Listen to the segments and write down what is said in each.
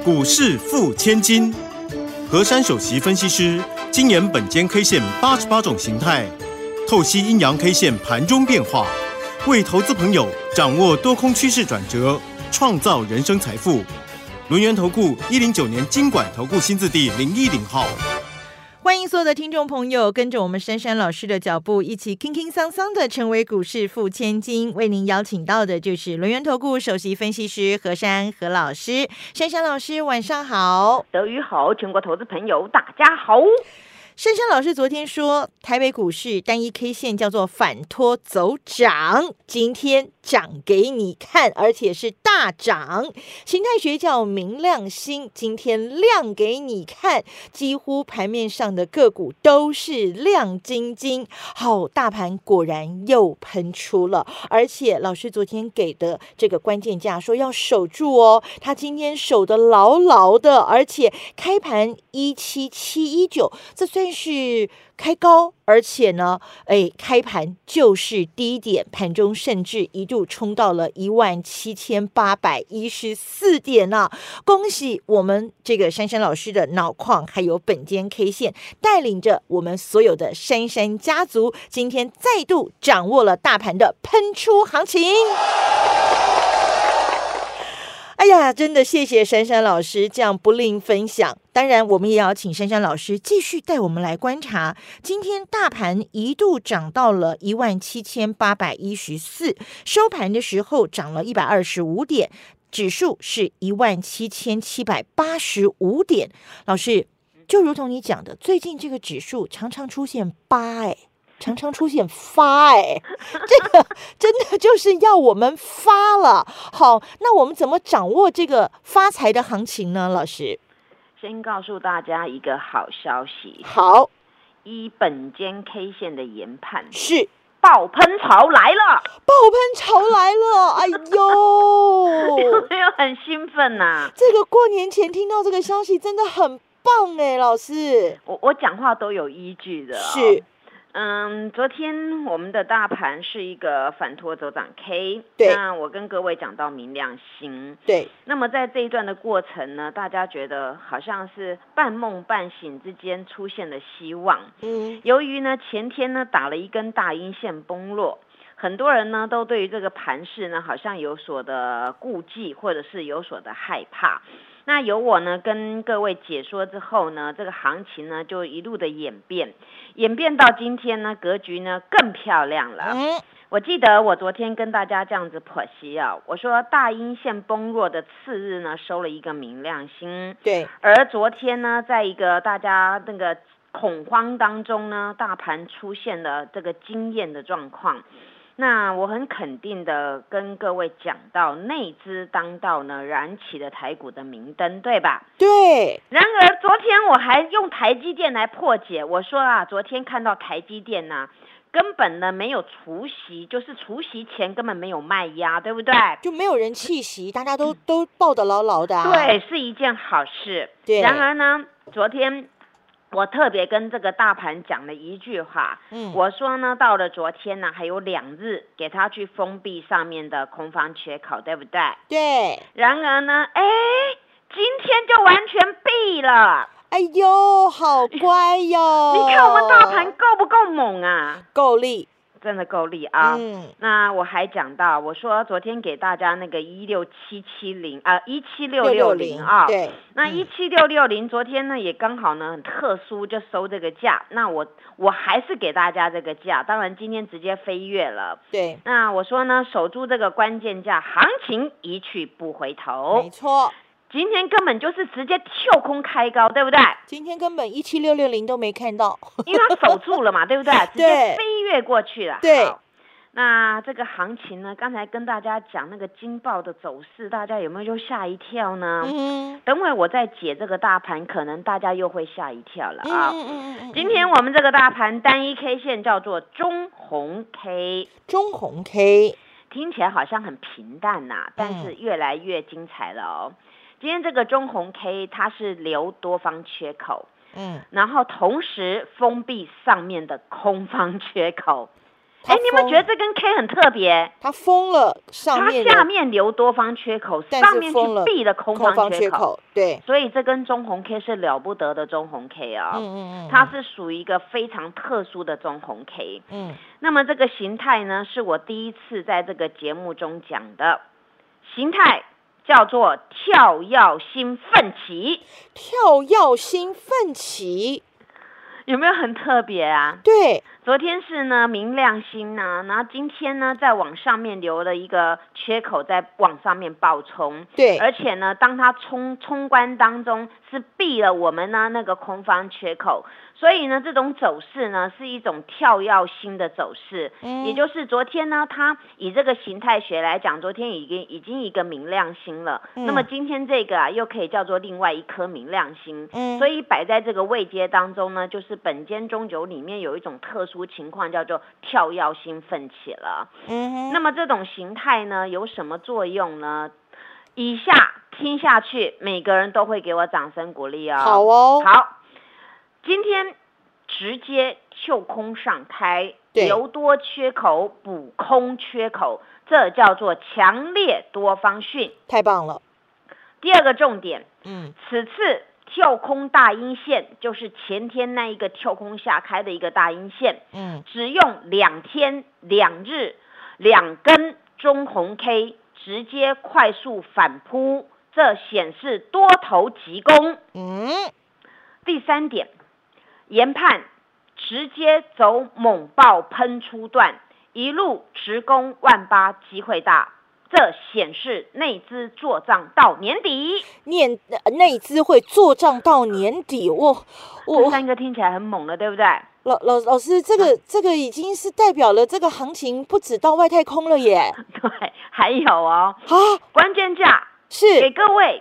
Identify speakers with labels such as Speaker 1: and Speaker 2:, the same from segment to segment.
Speaker 1: 股市富千金，和山首席分析师精研本间 K 线88种形态，透析阴阳 K 线盘中变化，为投资朋友掌握多空趋势转折，创造人生财富。轮源投顾109年金管投顾新字第010号。
Speaker 2: 欢迎所有的听众朋友跟着我们珊珊老师的脚步，一起轻轻桑桑的成为股市富千金。为您邀请到的就是轮源投顾首席分析师何珊何老师。珊珊老师晚上好。
Speaker 3: 德语好，全国投资朋友大家好。
Speaker 2: 珊珊老师昨天说，台北股市单一 K 线叫做反拖走涨，今天涨给你看，而且是大涨。形态学叫明亮星，今天亮给你看，几乎盘面上的个股都是亮晶晶。好，大盘果然又喷出了，而且老师昨天给的这个关键价说要守住哦，他今天守得牢牢的，而且开盘17719，这算是开高，而且呢，开盘就是低点，盘中甚至一度冲到了17814点啊！恭喜我们这个珊珊老师的脑矿，还有本间 K 线，带领着我们所有的珊珊家族，今天再度掌握了大盘的喷出行情。哎呀，真的谢谢珊珊老师这样不吝分享。当然，我们也要请珊珊老师继续带我们来观察。今天大盘一度涨到了17814，收盘的时候涨了125点，指数是17785点。老师，就如同你讲的，最近这个指数常常出现8，常常出现发，这个真的就是要我们发了。好，那我们怎么掌握这个发财的行情呢？老师，
Speaker 3: 先告诉大家一个好消息。
Speaker 2: 好，
Speaker 3: 依本间 K 线的研判，
Speaker 2: 是
Speaker 3: 爆喷潮来了，
Speaker 2: 爆喷潮来了！哎呦，
Speaker 3: 有没有很兴奋啊？
Speaker 2: 这个过年前听到这个消息真的很棒哎，老师。
Speaker 3: 我讲话都有依据的，
Speaker 2: 是。
Speaker 3: 昨天我们的大盘是一个反拖走涨 K，
Speaker 2: 对，
Speaker 3: 那我跟各位讲到明亮星，
Speaker 2: 对，
Speaker 3: 那么在这一段的过程呢，大家觉得好像是半梦半醒之间出现了希望。由于呢前天呢打了一根大阴线崩落，很多人呢都对于这个盘势呢好像有所的顾忌，或者是有所的害怕。那由我呢跟各位解说之后呢，这个行情呢就一路的演变到今天呢，格局呢更漂亮了。我记得我昨天跟大家这样子剖析啊，我说大阴线崩落的次日呢，收了一个明亮星。
Speaker 2: 对，
Speaker 3: 而昨天呢，在一个大家那个恐慌当中呢，大盘出现了这个惊艳的状况。那我很肯定的跟各位讲到，内资当道呢，燃起了台股的明灯，对吧？
Speaker 2: 对。
Speaker 3: 然而昨天我还用台积电来破解，我说啊，昨天看到台积电呢，根本呢没有除息，就是除息前根本没有卖压，对不对？
Speaker 2: 就没有人弃息，大家都抱得牢牢的啊。
Speaker 3: 对，是一件好事。
Speaker 2: 对。
Speaker 3: 然而呢，昨天我特别跟这个大盘讲了一句话，我说呢，到了昨天呢，还有2日给他去封闭上面的空方缺口，对不对？
Speaker 2: 对。
Speaker 3: 然而呢，今天就完全闭了。
Speaker 2: 哎呦，好乖哟！
Speaker 3: 你看我们大盘够不够猛啊？
Speaker 2: 够力。真
Speaker 3: 的够力啊！那我还讲到，我说昨天给大家那个17660啊，
Speaker 2: 对，
Speaker 3: 那17660昨天呢也刚好呢很特殊，就收这个价。那我还是给大家这个价，当然今天直接飞跃了。
Speaker 2: 对，
Speaker 3: 那我说呢，守住这个关键价，行情一去不回头。
Speaker 2: 没错。
Speaker 3: 今天根本就是直接跳空开高，对不对？
Speaker 2: 今天根本17660都没看到，
Speaker 3: 因为它守住了嘛，对不对？直接飞跃过去了。
Speaker 2: 对。
Speaker 3: 好，那这个行情呢，刚才跟大家讲那个金爆的走势，大家有没有就吓一跳呢？等会我再解这个大盘，可能大家又会吓一跳了啊。今天我们这个大盘单一 K 线叫做中红 K，
Speaker 2: 中红 K
Speaker 3: 听起来好像很平淡呐，但是越来越精彩了哦。今天这个中红 K 它是留多方缺口，然后同时封闭上面的空方缺口。 你有没有觉得这根 K 很特别？
Speaker 2: 它封了上面，
Speaker 3: 它下面留多方缺口，上面去闭了空方缺口。
Speaker 2: 对，
Speaker 3: 所以这根中红 K 是了不得的中红 K 啊、它是属于一个非常特殊的中红 K。那么这个形态呢，是我第一次在这个节目中讲的形态。叫做跳跃星奋起，
Speaker 2: 跳跃星奋起，
Speaker 3: 有没有很特别啊？
Speaker 2: 对，
Speaker 3: 昨天是呢明亮星呢，然后今天呢再往上面留了一个缺口，再往上面爆冲，
Speaker 2: 对，
Speaker 3: 而且呢，当它冲关当中是闭了我们呢那个空方缺口，所以呢这种走势呢是一种跳跃星的走势，也就是昨天呢它以这个形态学来讲，昨天已经一个明亮星了，那么今天这个啊又可以叫做另外一颗明亮星，所以摆在这个位阶当中呢，就是本间中九里面有一种特殊情况叫做跳跃星奋起了。那么这种形态呢有什么作用呢？以下听下去，每个人都会给我掌声鼓励哦。
Speaker 2: 好哦，
Speaker 3: 好，今天直接跳空上开，留多缺口补空缺口，这叫做强烈多方讯，
Speaker 2: 太棒了。
Speaker 3: 第二个重点，此次跳空大阴线就是前天那一个跳空下开的一个大阴线，只用2天2日2根中红 K 直接快速反扑，这显示多头急攻。第三点，研判直接走猛爆喷出段，一路直攻18000机会大，这显示内资做账到年底。
Speaker 2: 内资会做账到年底，
Speaker 3: 这三个听起来很猛了，对不对？
Speaker 2: 老师，这个已经是代表了这个行情不止到外太空了耶。
Speaker 3: 对，还有哦，关键价
Speaker 2: 是
Speaker 3: 给各位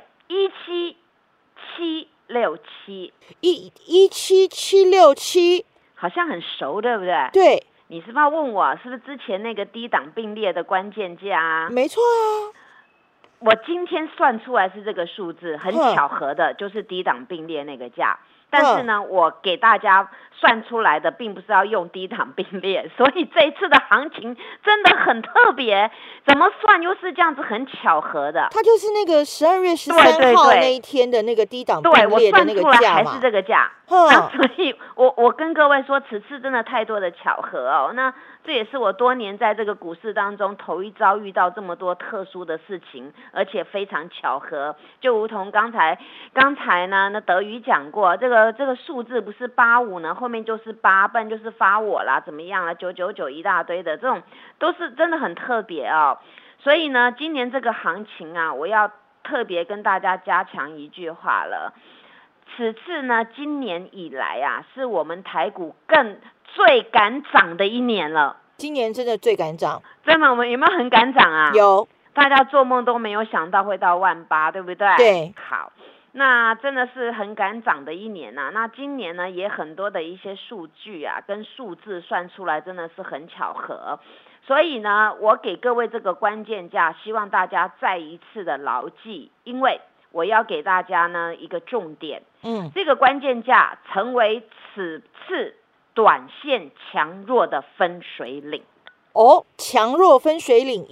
Speaker 3: 17767，好像很熟，对不对？
Speaker 2: 对，
Speaker 3: 你是不是要问我是不是之前那个低档并列的关键价啊？
Speaker 2: 没错啊，
Speaker 3: 我今天算出来是这个数字，很巧合的，就是低档并列那个价。但是呢，我给大家算出来的并不是要用低档并列，所以这一次的行情真的很特别，怎么算又是这样子很巧合的。
Speaker 2: 它就是那个12月13号那一天的那个低档并列的那个价嘛。对，我算出来
Speaker 3: 还是这个价。那所以我跟各位说，此次真的太多的巧合哦。那这也是我多年在这个股市当中头一遭遇到这么多特殊的事情，而且非常巧合。就如同刚才呢，那德瑜讲过，这个数字不是85呢，后面就是8，不然就是发我啦，怎么样啦，999一大堆的，这种都是真的很特别哦。所以呢，今年这个行情啊，我要特别跟大家加强一句话了。此次呢，今年以来啊，是我们台股最敢涨的一年了。
Speaker 2: 今年真的最敢涨，
Speaker 3: 真的，我们有没有很敢涨啊？
Speaker 2: 有，
Speaker 3: 大家做梦都没有想到会到18000，对不对？
Speaker 2: 对，
Speaker 3: 好，那真的是很敢涨的一年啊。那今年呢，也很多的一些数据啊，跟数字算出来，真的是很巧合。所以呢，我给各位这个关键价，希望大家再一次的牢记，因为我要给大家呢一个重点，这个关键价成为此次短线强弱的分水岭。
Speaker 2: 强弱分水岭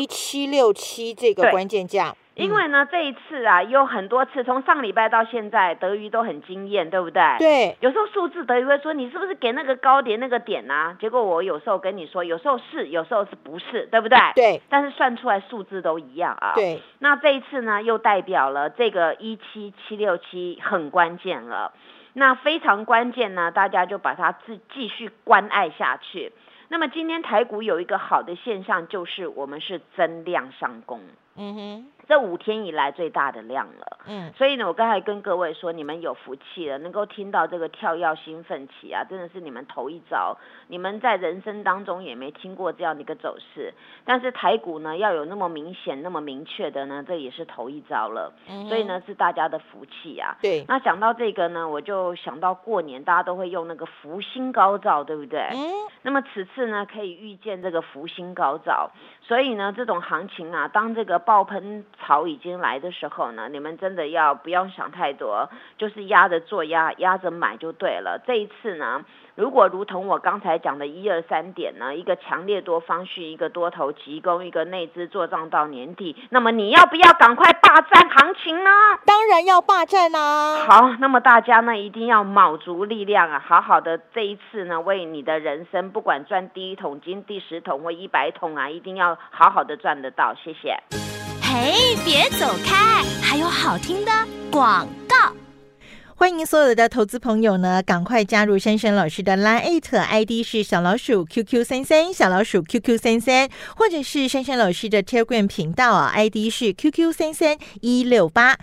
Speaker 2: 17767这个关键价。
Speaker 3: 因为呢，这一次啊，有很多次，从上礼拜到现在，德瑜都很惊艳，对不对？
Speaker 2: 对。
Speaker 3: 有时候数字德瑜会说，你是不是给那个高点那个点啊？结果我有时候跟你说，有时候是，有时候是不是，对不对？
Speaker 2: 对。
Speaker 3: 但是算出来数字都一样啊。
Speaker 2: 对。
Speaker 3: 那这一次呢，又代表了这个17767很关键了。那非常关键呢，大家就把它继续关爱下去。那么今天台股有一个好的现象，就是我们是增量上攻。这5天以来最大的量了。所以呢，我刚才跟各位说，你们有福气了，能够听到这个跳跃兴奋起啊，真的是你们头一遭，你们在人生当中也没听过这样的一个走势。但是台股呢，要有那么明显、那么明确的呢，这也是头一遭了。所以呢，是大家的福气啊。
Speaker 2: 对。
Speaker 3: 那讲到这个呢，我就想到过年大家都会用那个福星高照，对不对？那么此次呢，可以预见这个福星高照，所以呢，这种行情啊，当这个爆喷潮已经来的时候呢，你们真的不用想太多，就是压着做压着买就对了。这一次呢，如果如同我刚才讲的1、2、3点呢，一个强烈多方讯，一个多头急攻，一个内资做账到年底，那么你要不要赶快霸占行情呢？
Speaker 2: 当然要霸占啊！
Speaker 3: 好，那么大家呢一定要卯足力量啊，好好的这一次呢，为你的人生不管赚第1桶金、第10桶或100桶啊，一定要好好的赚得到。谢谢。
Speaker 4: 嘿，别走开，还有好听的广告。
Speaker 2: 欢迎所有的投资朋友呢，赶快加入珊珊老师的 LINE@ ID 是小老鼠 QQ33 小老鼠 QQ33， 或者是珊珊老师的 Telegram 频道ID 是 QQ33168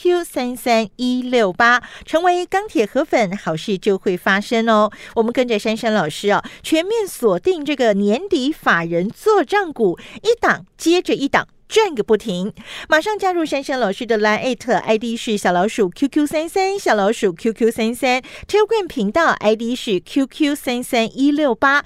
Speaker 2: QQ33168， 成为钢铁河粉，好事就会发生哦。我们跟着珊珊老师全面锁定这个年底法人作账股，一档接着一档，赚个不停，马上加入珊珊老师的 LINE@ ID 是小老鼠 QQ33 小老鼠 QQ33， Telegram 频道 ID 是 QQ33168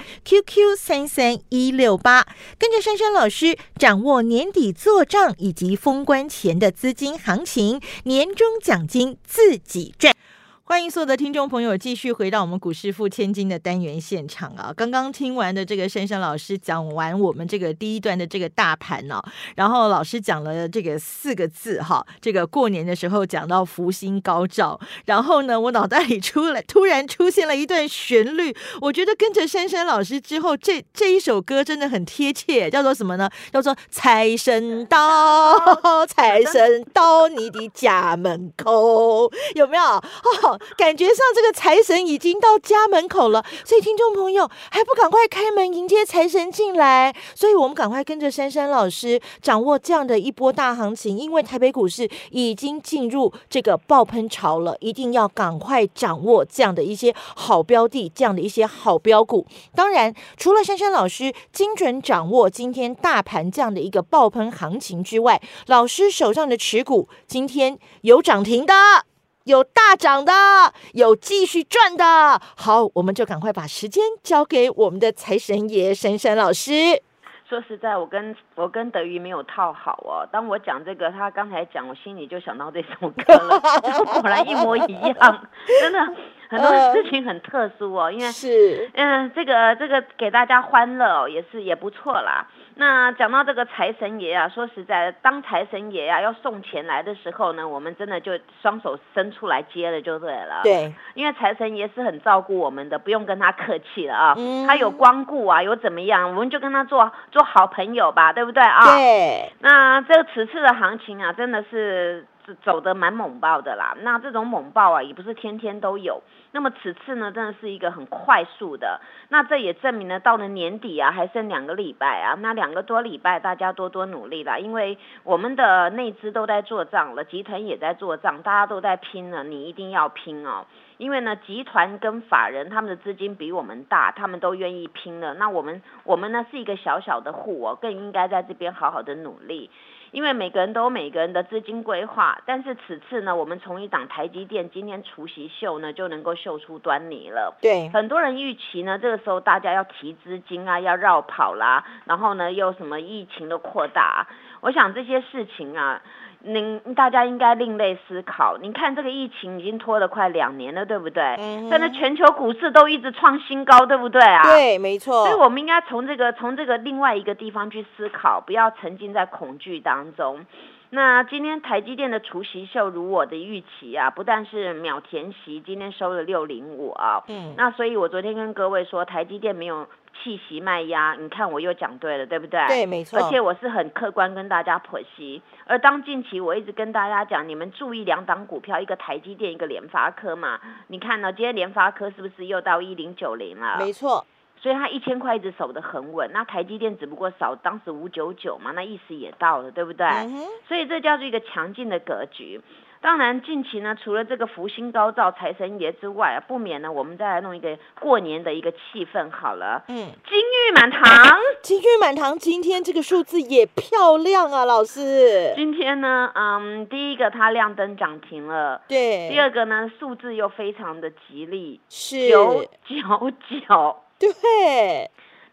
Speaker 2: QQ33168， 跟着珊珊老师掌握年底做账以及封关前的资金行情，年终奖金自己赚。欢迎所有的听众朋友继续回到我们股市富千金的单元现场啊！刚刚听完的这个珊珊老师讲完我们这个第一段的这个大盘然后老师讲了这个4个字这个过年的时候讲到福星高照，然后呢，我脑袋里突然出现了一段旋律，我觉得跟着珊珊老师之后，这一首歌真的很贴切，叫做什么呢？叫做财神到，财神到你的家门口，有没有？感觉上这个财神已经到家门口了，所以听众朋友还不赶快开门迎接财神进来？所以我们赶快跟着珊珊老师掌握这样的一波大行情，因为台北股市已经进入这个爆喷潮了，一定要赶快掌握这样的一些好标的，这样的一些好标股。当然除了珊珊老师精准掌握今天大盘这样的一个爆喷行情之外，老师手上的持股今天有涨停的，有大涨的，有继续赚的。好，我们就赶快把时间交给我们的财神爷珊珊老师。
Speaker 3: 说实在，我跟德瑜没有套好当我讲这个，他刚才讲，我心里就想到这首歌了，果然一模一样，真的很多事情很特殊因为
Speaker 2: 是
Speaker 3: 这个给大家欢乐也不错啦。那讲到这个财神爷说实在的，当财神爷要送钱来的时候呢，我们真的就双手伸出来接了就对了。
Speaker 2: 对，
Speaker 3: 因为财神爷是很照顾我们的，不用跟他客气了他有光顾有怎么样，我们就跟他做好朋友吧，对不对
Speaker 2: 对。
Speaker 3: 那这个此次的行情真的是走得蛮猛爆的啦。那这种猛爆也不是天天都有。那么此次呢，真的是一个很快速的。那这也证明了到了年底还剩2个礼拜那2个多礼拜大家多多努力啦，因为我们的内资都在做账了，集团也在做账，大家都在拼了，你一定要拼因为呢，集团跟法人他们的资金比我们大，他们都愿意拼了。那我们呢是一个小小的户更应该在这边好好的努力。因为每个人都有每个人的资金规划，但是此次呢，我们从一档台积电今天除息秀呢，就能够秀出端倪了。
Speaker 2: 对，很
Speaker 3: 多人预期呢，这个时候大家要提资金要绕跑啦，然后呢又什么疫情的扩大，我想这些事情大家应该另类思考。你看这个疫情已经拖了快2年了，对不对？但是全球股市都一直创新高，对不对
Speaker 2: 对，没错。
Speaker 3: 所以我们应该从这个另外一个地方去思考，不要沉浸在恐惧当中。那今天台积电的除息秀如我的预期不但是秒填息，今天收了605那所以我昨天跟各位说台积电没有弃息卖压，你看我又讲对了，对不对？
Speaker 2: 对，没错。
Speaker 3: 而且我是很客观跟大家剖析。而当近期我一直跟大家讲，你们注意2档股票，一个台积电，一个联发科嘛。你看呢，今天联发科是不是又到1090了？
Speaker 2: 没错。
Speaker 3: 所以它1000块一直守得很稳，那台积电只不过少当时599嘛，那意思也到了，对不对？所以这叫做一个强劲的格局。当然近期呢，除了这个福星高照财神爷之外不免呢，我们再来弄一个过年的一个气氛好了。金玉满堂，
Speaker 2: 金玉满堂，今天这个数字也漂亮老师。
Speaker 3: 今天呢第一个它亮灯涨停了，
Speaker 2: 对。
Speaker 3: 第二个呢数字又非常的吉利，
Speaker 2: 是
Speaker 3: 999。
Speaker 2: 对。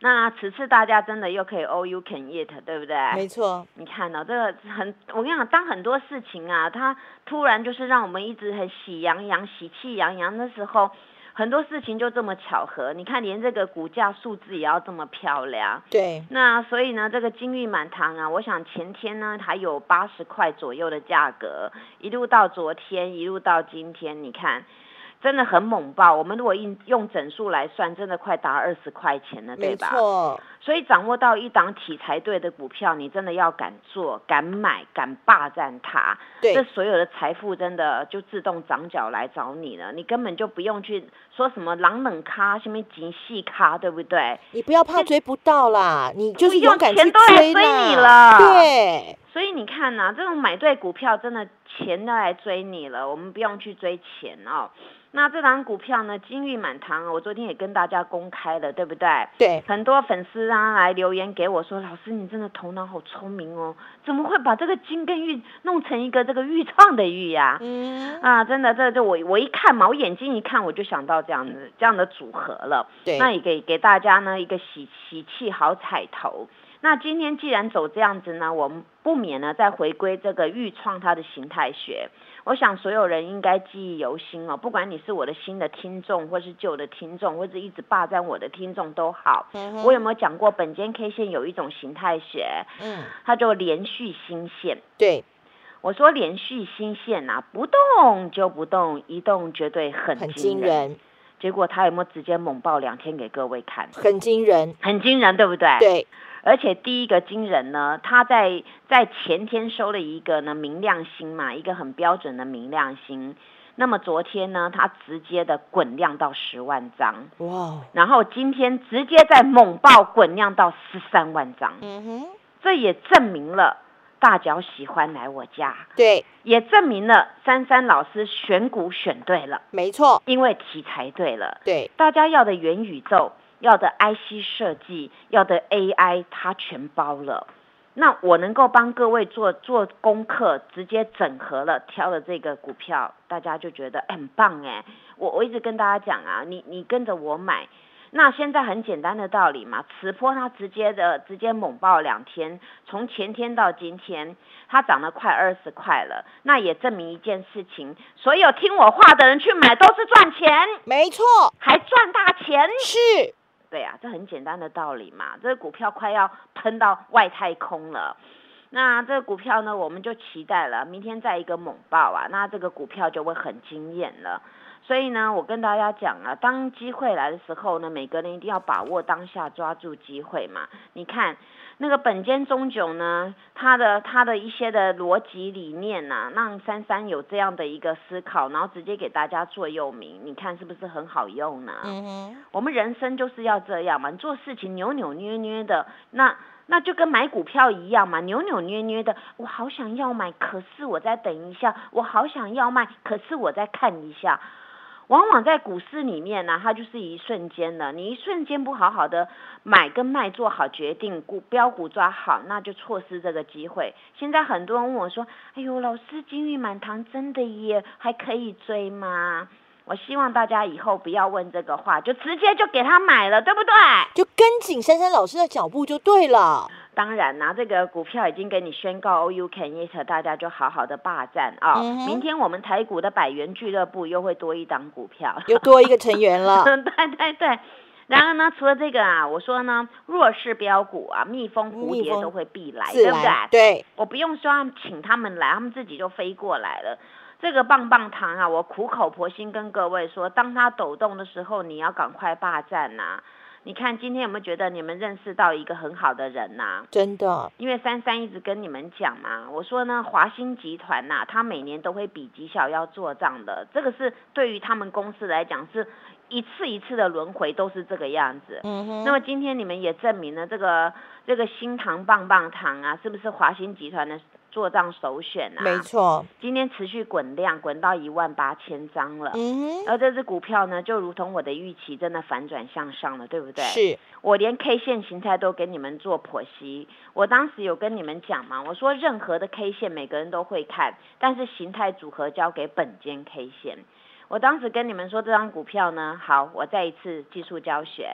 Speaker 3: 那此次大家真的又可以 all you can eat， 对不对？
Speaker 2: 没错。
Speaker 3: 你看这个我跟你讲，当很多事情啊，它突然就是让我们一直很喜洋洋、喜气洋洋的时候，很多事情就这么巧合。你看，连这个股价数字也要这么漂亮。
Speaker 2: 对。
Speaker 3: 那所以呢，这个金玉满堂啊，我想前天呢还有80块左右的价格，一路到昨天，一路到今天，你看。真的很猛爆，我们如果用整数来算，真的快达20块钱了，对吧？
Speaker 2: 没错。
Speaker 3: 所以掌握到一档题材对的股票，你真的要敢做、敢买、敢霸占它。
Speaker 2: 对，
Speaker 3: 这所有的财富真的就自动长脚来找你了，你根本就不用去说什么狼冷咖、什么极细咖，对不对？
Speaker 2: 你不要怕追不到啦，你就是勇敢去
Speaker 3: 钱都来追你了。
Speaker 2: 对。
Speaker 3: 所以你看啊，这种买对股票，真的钱都来追你了，我们不用去追钱哦。那这档股票呢，金玉满堂，我昨天也跟大家公开了，对不对？
Speaker 2: 对。
Speaker 3: 很多粉丝啊来留言给我说，老师你真的头脑好聪明哦，怎么会把这个金跟玉弄成一个这个玉创的玉呀？真的，这就我一看嘛，我眼睛一看，我就想到这样的组合了。
Speaker 2: 对。
Speaker 3: 那也给大家呢一个喜气好彩头。那今天既然走这样子呢，我们不免呢再回归这个玉创它的形态学。我想所有人应该记忆犹新哦，不管你是我的新的听众，或是旧的听众，或是一直霸占我的听众都好。我有没有讲过本间 K 线有一种形态学？它就连续新线。
Speaker 2: 对。
Speaker 3: 我说连续新线啊，不动就不动，一动绝对很惊人。结果它有没有直接猛爆2天给各位看？
Speaker 2: 很惊人，
Speaker 3: 很惊人，对不对？
Speaker 2: 对。
Speaker 3: 而且第一个惊人呢，他在前天收了一个呢明亮星嘛，一个很标准的明亮星。那么昨天呢，他直接的滚量到10万张，
Speaker 2: 哇！
Speaker 3: 然后今天直接再猛爆滚量到13万张。这也证明了大脚喜欢来我家，
Speaker 2: 对，
Speaker 3: 也证明了33老师选股选对了，
Speaker 2: 没错，
Speaker 3: 因为题材对了，
Speaker 2: 对，
Speaker 3: 大家要的元宇宙。要的 IC 设计，要的 AI， 它全包了。那我能够帮各位做功课，直接整合了，挑了这个股票，大家就觉得很棒哎。我一直跟大家讲啊，你跟着我买。那现在很简单的道理嘛，此波它直接猛爆2天，从前天到今天，它涨了快20块了。那也证明一件事情，所有听我话的人去买都是赚钱，
Speaker 2: 没错，
Speaker 3: 还赚大钱。
Speaker 2: 是。
Speaker 3: 对啊，这很简单的道理嘛。这个股票快要喷到外太空了，那这个股票呢，我们就期待了，明天再一个猛爆啊，那这个股票就会很惊艳了。所以呢，我跟大家讲啊，当机会来的时候呢，每个人一定要把握当下，抓住机会嘛。你看那个本间中酒呢，它的一些的逻辑理念啊，让33有这样的一个思考，然后直接给大家座右铭，你看是不是很好用呢？我们人生就是要这样嘛，你做事情扭扭捏捏的，那就跟买股票一样嘛，扭扭捏捏的，我好想要买，可是我再等一下，我好想要卖，可是我再看一下。往往在股市里面呢，它就是一瞬间的，你一瞬间不好好的买跟卖做好决定，标股抓好，那就错失这个机会。现在很多人问我说，哎呦老师，金玉满堂真的耶，还可以追吗？我希望大家以后不要问这个话，就直接就给他买了，对不对？
Speaker 2: 就跟紧33老师的脚步就对了。
Speaker 3: 当然啦，这个股票已经给你宣告 all you can eat， 大家就好好的霸占啊。明天我们台股的百元俱乐部又会多一档股票，
Speaker 2: 又多一个成员了。
Speaker 3: 对。然而呢，除了这个啊，我说呢，弱势标股啊，蜜蜂、蝴蝶都会必来，对不对？
Speaker 2: 对，
Speaker 3: 我不用说请他们来，他们自己就飞过来了。这个棒棒糖啊，我苦口婆心跟各位说，当它抖动的时候，你要赶快霸占啊。你看今天有没有觉得你们认识到一个很好的人啊？
Speaker 2: 真的，
Speaker 3: 因为33一直跟你们讲嘛，我说呢，华兴集团啊，他每年都会比绩效要做账的，这个是对于他们公司来讲是一次一次的轮回都是这个样子。那么今天你们也证明了这个新糖棒棒糖啊，是不是华兴集团的做账首选啊？
Speaker 2: 没错，
Speaker 3: 今天持续滚量，滚到18000张了。而这只股票呢，就如同我的预期，真的反转向上了，对不对？
Speaker 2: 是，
Speaker 3: 我连 K 线形态都给你们做剖析。我当时有跟你们讲嘛，我说任何的 K 线每个人都会看，但是形态组合交给本间 K 线。我当时跟你们说这张股票呢，好，我再一次技术教学。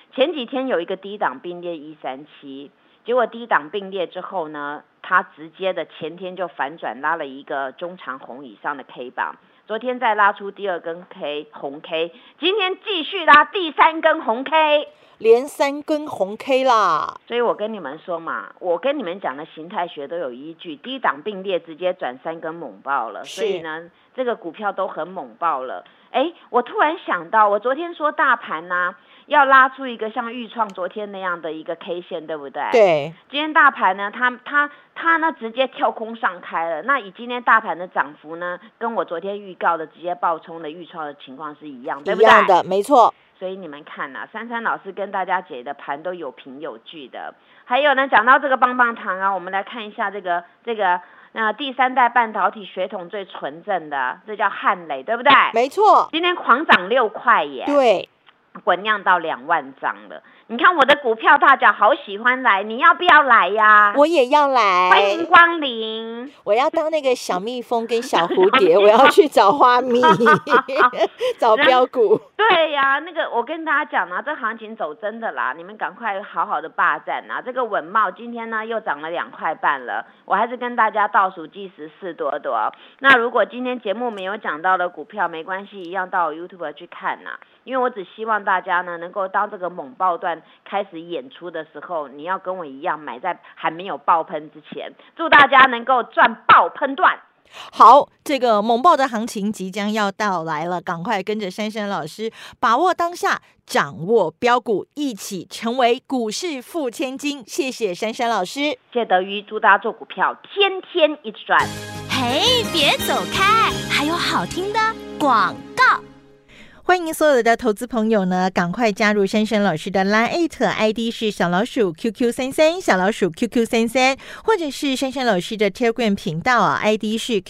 Speaker 3: 前几天有一个低档并列137，结果低档并列之后呢，它直接的前天就反转拉了一个中长红以上的 K 棒，昨天再拉出第2根 红 K， 今天继续拉第3根红 K，
Speaker 2: 连3根红 K 啦。所
Speaker 3: 以我跟你们说嘛，我跟你们讲的形态学都有依据，低档并列直接转3根猛爆了，所以呢这个股票都很猛爆了。我突然想到，我昨天说大盘啊要拉出一个像豫创昨天那样的一个 K 线，对不对？
Speaker 2: 对。
Speaker 3: 今天大盘呢，它呢直接跳空上开了。那以今天大盘的涨幅呢，跟我昨天预告的直接爆冲的豫创的情况是一样，对不对？
Speaker 2: 一样的，没错。
Speaker 3: 所以你们看啊，珊珊老师跟大家解的盘都有凭有据的。还有呢，讲到这个棒棒糖啊，我们来看一下这个第3代半导体血统最纯正的，这叫汉磊，对不对？
Speaker 2: 没错。
Speaker 3: 今天狂涨6块耶。
Speaker 2: 对。
Speaker 3: 滚量到2万张了，你看我的股票大脚好喜欢来，你要不要来呀？
Speaker 2: 我也要来，
Speaker 3: 欢迎光临。
Speaker 2: 我要当那个小蜜蜂跟小蝴蝶，我要去找花蜜，找标股。
Speaker 3: 对呀，那个我跟大家讲啊，这行情走真的啦，你们赶快好好的霸占啊！这个稳懋今天呢又涨了2块半了，我还是跟大家倒数计时4多多。那如果今天节目没有讲到的股票，没关系，一样到我 YouTube 去看啊，因为我只希望大家呢能够当这个猛爆段开始演出的时候，你要跟我一样买在还没有爆喷之前。祝大家能够赚爆喷段。
Speaker 2: 好，这个猛爆的行情即将要到来了，赶快跟着珊珊老师把握当下，掌握标股，一起成为股市富千金。谢谢珊珊老师，
Speaker 3: 谢德瑜，祝大家做股票天天一直赚。
Speaker 4: 嘿，别走开，还有好听的广告。
Speaker 2: 欢迎所有的投资朋友呢，赶快加入珊珊老师的 LINE ID 是小老鼠 QQ33 小老鼠 QQ33， 或者是珊珊老师的 Telegram 频道ID 是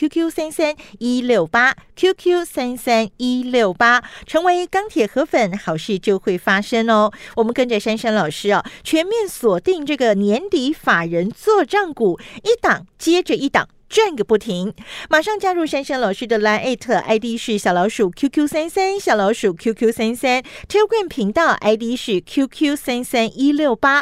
Speaker 2: QQ33168 QQ33168， 成为钢铁河粉，好事就会发生哦。我们跟着珊珊老师全面锁定这个年底法人作账股，一档接着一档，赚个不停，马上加入珊珊老师的 LINE ID 是小老鼠 QQ33 小老鼠 QQ33， Telegram 频道 ID 是 QQ33168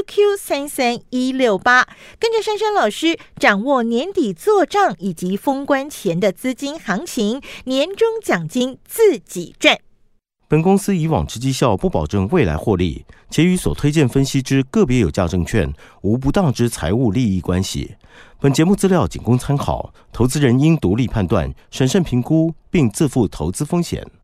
Speaker 2: QQ33168， 跟着珊珊老师掌握年底作账以及封关前的资金行情，年终奖金自己赚。
Speaker 1: 本公司以往之绩效不保证未来获利，且与所推荐分析之个别有价证券无不当之财务利益关系。本节目资料仅供参考，投资人应独立判断、审慎评估，并自负投资风险。